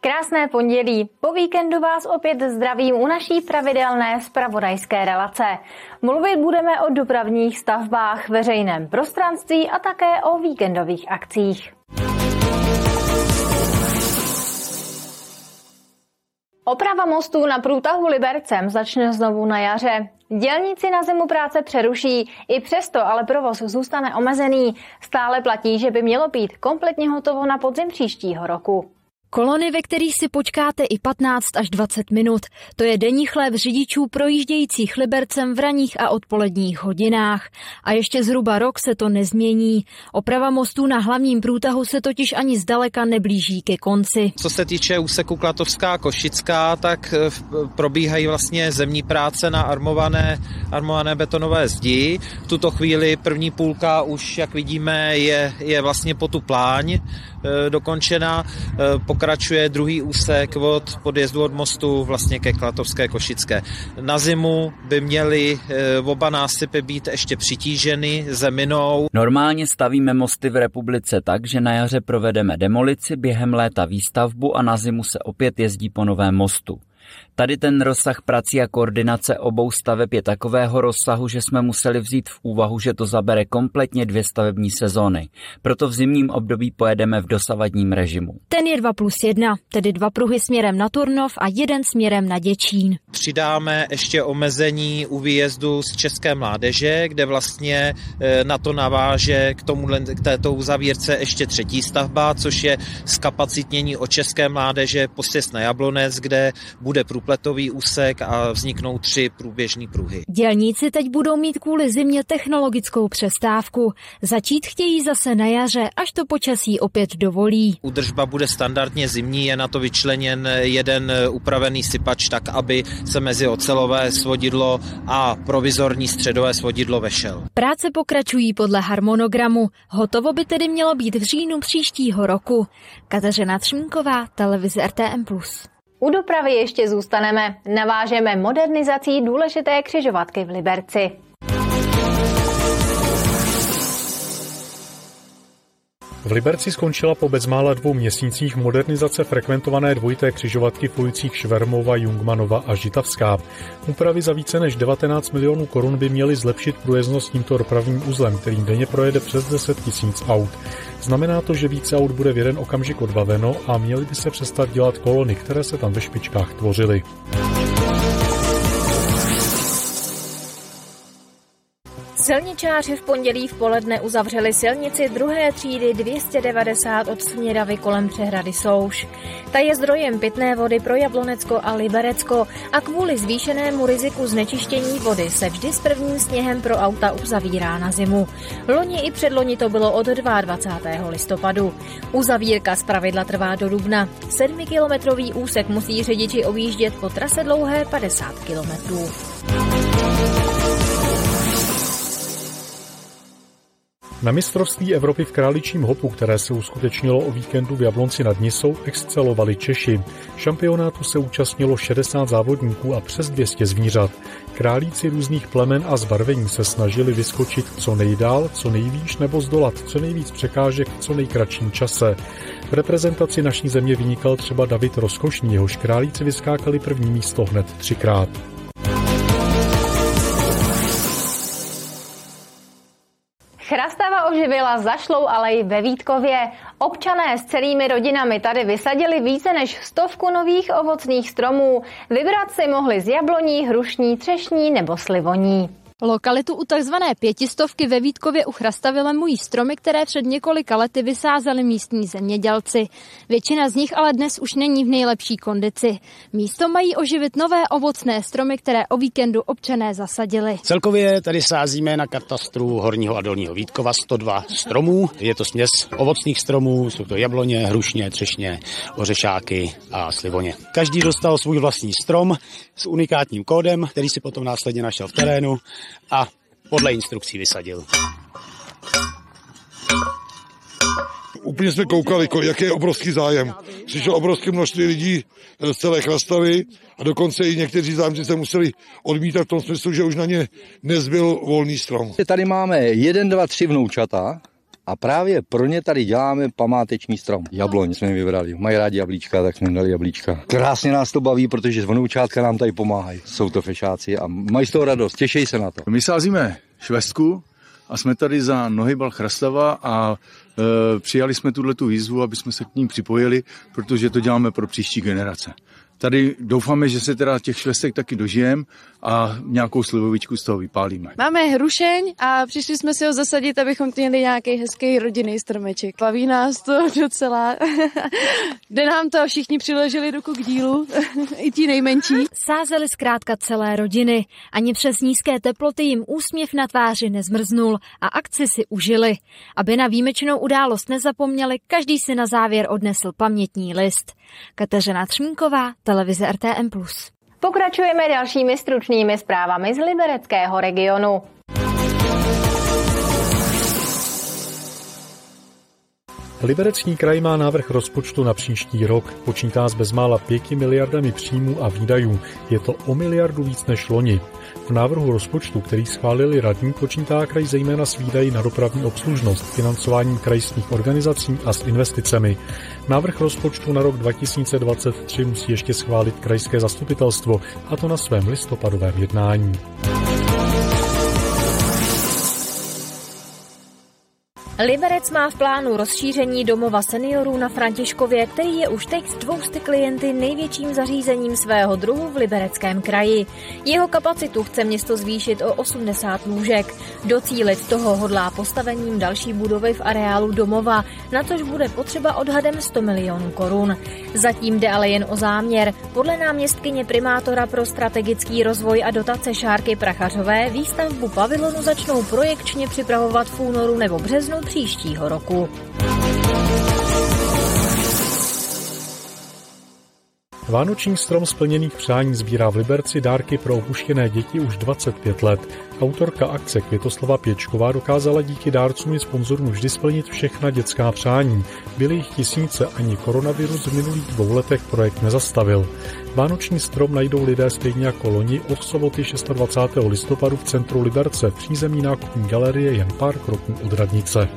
Krásné pondělí. Po víkendu vás opět zdravím u naší pravidelné zpravodajské relace. Mluvit budeme o dopravních stavbách, veřejném prostranství a také o víkendových akcích. Oprava mostů na průtahu Libercem začne znovu na jaře. Dělníci na zimu práce přeruší, i přesto ale provoz zůstane omezený. Stále platí, že by mělo být kompletně hotovo na podzim příštího roku. Kolony, ve kterých si počkáte i 15 až 20 minut. To je denní chléb řidičů projíždějících Libercem v ranních a odpoledních hodinách. A ještě zhruba rok se to nezmění. Oprava mostů na hlavním průtahu se totiž ani zdaleka neblíží ke konci. Co se týče úseku Klatovská Košická, tak probíhají vlastně zemní práce na armované betonové zdi. V tuto chvíli první půlka už, jak vidíme, je vlastně po tu pláň dokončena. Pokračuje druhý úsek od podjezdu od mostu vlastně ke Klatovské Košické. Na zimu by měly oba násypy být ještě přitíženy zeminou. Normálně stavíme mosty v republice tak, že na jaře provedeme demolici, během léta výstavbu a na zimu se opět jezdí po novém mostu. Tady ten rozsah prací a koordinace obou staveb je takového rozsahu, že jsme museli vzít v úvahu, že to zabere kompletně 2 stavební sezóny. Proto v zimním období pojedeme v dosavadním režimu. Ten je 2+1, tedy 2 pruhy směrem na Turnov a 1 směrem na Děčín. Přidáme ještě omezení u výjezdu z České Mládeže, kde vlastně na to naváže k této uzavírce ještě 3. stavba, což je zkapacitnění od České Mládeže po sjezd na Jablonec, kde bude průpletový úsek a vzniknou 3 průběžné pruhy. Dělníci teď budou mít kvůli zimě technologickou přestávku. Začít chtějí zase na jaře, až to počasí opět dovolí. Údržba bude standardně zimní, je na to vyčleněn jeden upravený sypač tak, aby se mezi ocelové svodidlo a provizorní středové svodidlo vešel. Práce pokračují podle harmonogramu. Hotovo by tedy mělo být v říjnu příštího roku. Kateřina Třmínková, televize RTM+. U dopravy ještě zůstaneme. Navážeme modernizací důležité křižovatky v Liberci. V Liberci skončila po bezmála 2 měsících modernizace frekventované dvojité křižovatky v ulicích Švermova, Jungmanova a Žitavská. Úpravy za více než 19 milionů korun by měly zlepšit průjezdnost tímto dopravním uzlem, kterým denně projede přes 10 000 aut. Znamená to, že více aut bude v jeden okamžik odbaveno a měly by se přestat dělat kolony, které se tam ve špičkách tvořily. Silničáři v pondělí v poledne uzavřeli silnici 2. třídy 290 od Směravy kolem přehrady Souš. Ta je zdrojem pitné vody pro Jablonecko a Liberecko a kvůli zvýšenému riziku znečištění vody se vždy s prvním sněhem pro auta uzavírá na zimu. Loni i předloni to bylo od 22. listopadu. Uzavírka zpravidla trvá do dubna. 7kilometrový úsek musí řidiči objíždět po trase dlouhé 50 kilometrů. Na mistrovství Evropy v králičím hopu, které se uskutečnilo o víkendu v Jablonci nad Nisou, excelovali Češi. Šampionátu se účastnilo 60 závodníků a přes 200 zvířat. Králíci různých plemen a zbarvení se snažili vyskočit co nejdál, co nejvýš nebo zdolat co nejvíc překážek v co nejkratším čase. V reprezentaci naší země vynikal třeba David Rozkošný, jehož králíci vyskákali první místo hned 3krát. Chrastava oživila zašlou alej ve Vítkově. Občané s celými rodinami tady vysadili více než 100 nových ovocných stromů. Vybrat si mohli z jabloní, hrušní, třešní nebo slivoní. Lokalitu u tzv. 500 ve Vítkově u Chrastavy lemují stromy, které před několika lety vysázeli místní zemědělci. Většina z nich ale dnes už není v nejlepší kondici. Místo mají oživit nové ovocné stromy, které o víkendu občané zasadili. Celkově tady sázíme na katastru Horního a Dolního Vítkova 102 stromů. Je to směs ovocných stromů, jsou to jabloně, hrušně, třešně, ořešáky a slivoně. Každý dostal svůj vlastní strom s unikátním kódem, který si potom následně našel v terénu a podle instrukcí vysadil. Úplně jsme koukali, jaký je obrovský zájem. Přišlo obrovské množství lidí z celé Chrastavy a dokonce i někteří zájemci se museli odmítat v tom smyslu, že už na ně nezbyl volný strom. Tady máme 1, 2, 3 vnoučata A právě pro ně tady děláme památeční strom. Jabloň jsme vybrali. Mají rádi jablíčka, tak jsme dali jablíčka. Krásně nás to baví, protože vnoučátka nám tady pomáhají. Jsou to fešáci a mají z toho radost, těší se na to. My sázíme švestku a jsme tady za Nohybal Chrastava a přijali jsme tuhletu výzvu, aby jsme se k ním připojili, protože to děláme pro příští generace. Tady doufáme, že se teda těch švestek taky dožijeme a nějakou slivovičku z toho vypálíme. Máme hrušeň a přišli jsme si ho zasadit, abychom měli nějaký hezký rodinný stromeček. Baví nás to docela. Jde nám to, všichni přiložili ruku k dílu, i ti nejmenší. Sázeli zkrátka celé rodiny. Ani přes nízké teploty jim úsměv na tváři nezmrznul a akci si užili. Aby na výjimečnou událost nezapomněli, každý si na závěr odnesl pamětní list. Kateřina Třmínková, televize RTM+. Pokračujeme dalšími stručnými zprávami z libereckého regionu. Liberecký kraj má návrh rozpočtu na příští rok. Počítá s bezmála 5 miliardami příjmů a výdajů. Je to o miliardu víc než loni. V návrhu rozpočtu, který schválili radní, počítá kraj zejména s výdaji na dopravní obslužnost, financováním krajských organizací a s investicemi. Návrh rozpočtu na rok 2023 musí ještě schválit krajské zastupitelstvo, a to na svém listopadovém jednání. Liberec má v plánu rozšíření domova seniorů na Františkově, který je už teď s 200 klienty největším zařízením svého druhu v Libereckém kraji. Jeho kapacitu chce město zvýšit o 80 lůžek. Docílit toho hodlá postavením další budovy v areálu domova, na což bude potřeba odhadem 100 milionů korun. Zatím jde ale jen o záměr. Podle náměstkyně primátora pro strategický rozvoj a dotace Šárky Prachařové výstavbu pavilonu začnou projekčně připravovat v únoru nebo březnu příštího roku. Vánoční strom splněných přání sbírá v Liberci dárky pro opuštěné děti už 25 let. Autorka akce Květoslava Pěčková dokázala díky dárcům i sponzorům vždy splnit všechna dětská přání. Byly jich tisíce, ani koronavirus v minulých 2 letech projekt nezastavil. Vánoční strom najdou lidé stejně jako loni od soboty 26. listopadu v centru Liberce v přízemí nákupní galerie jen pár kroků od radnice.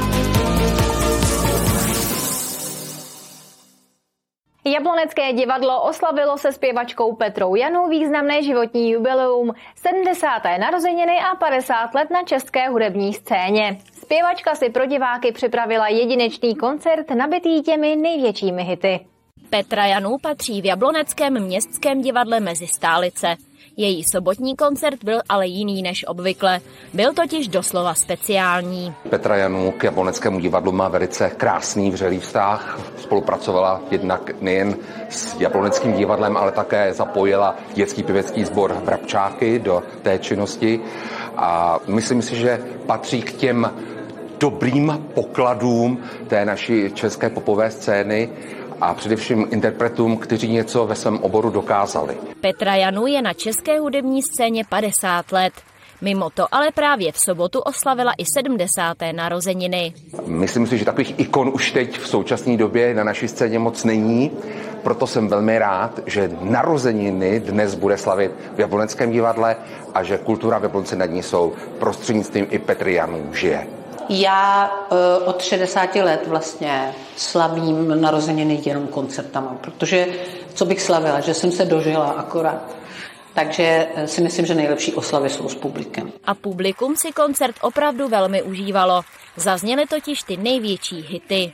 Jablonecké divadlo oslavilo se zpěvačkou Petrou Janou významné životní jubileum, 70. narozeniny a 50 let na české hudební scéně. Zpěvačka si pro diváky připravila jedinečný koncert nabitý těmi největšími hity. Petra Janů patří v Jabloneckém městském divadle mezi stálice. Její sobotní koncert byl ale jiný než obvykle. Byl totiž doslova speciální. Petra Janů k Jabloneckému divadlu má velice krásný vřelý vztah. Spolupracovala jednak nejen s Jabloneckým divadlem, ale také zapojila dětský pěvecký sbor Vrabčáky do té činnosti. A myslím si, že patří k těm dobrým pokladům té naší české popové scény a především interpretům, kteří něco ve svém oboru dokázali. Petra Janů je na české hudební scéně 50 let. Mimo to ale právě v sobotu oslavila i 70. narozeniny. Myslím si, že takových ikon už teď v současné době na naší scéně moc není. Proto jsem velmi rád, že narozeniny dnes bude slavit v Jabloneckém divadle a že kultura v Jablonci nad Nisou prostřednictvím i Petry Janů žije. Já od 60 let vlastně slavím narozeniny jenom koncertama, protože co bych slavila, že jsem se dožila akorát. Takže si myslím, že nejlepší oslavy jsou s publikem. A publikum si koncert opravdu velmi užívalo. Zazněly totiž ty největší hity.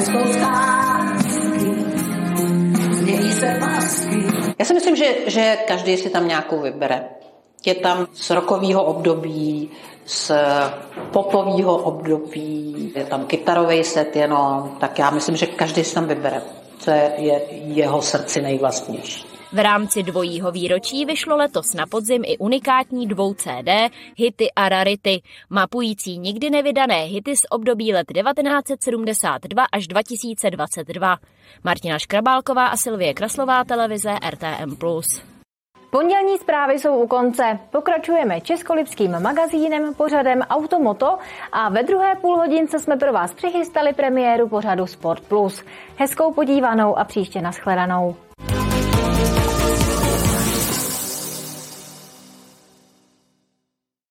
Já si myslím, že každý si tam nějakou vybere. Je tam z rockového období, z popového období, je tam kytarový set jenom, tak já myslím, že každý si tam vybere, co je jeho srdci nejvlastnější. V rámci dvojího výročí vyšlo letos na podzim i unikátní 2 CD Hity a rarity, mapující nikdy nevydané hity z období let 1972 až 2022. Martina Škrabálková a Silvie Kraslová, televize RTM+. Pondělní zprávy jsou u konce. Pokračujeme českolipským magazínem, pořadem Automoto a ve druhé půlhodince jsme pro vás přichystali premiéru pořadu Sport Plus. Hezkou podívanou a příště nashledanou.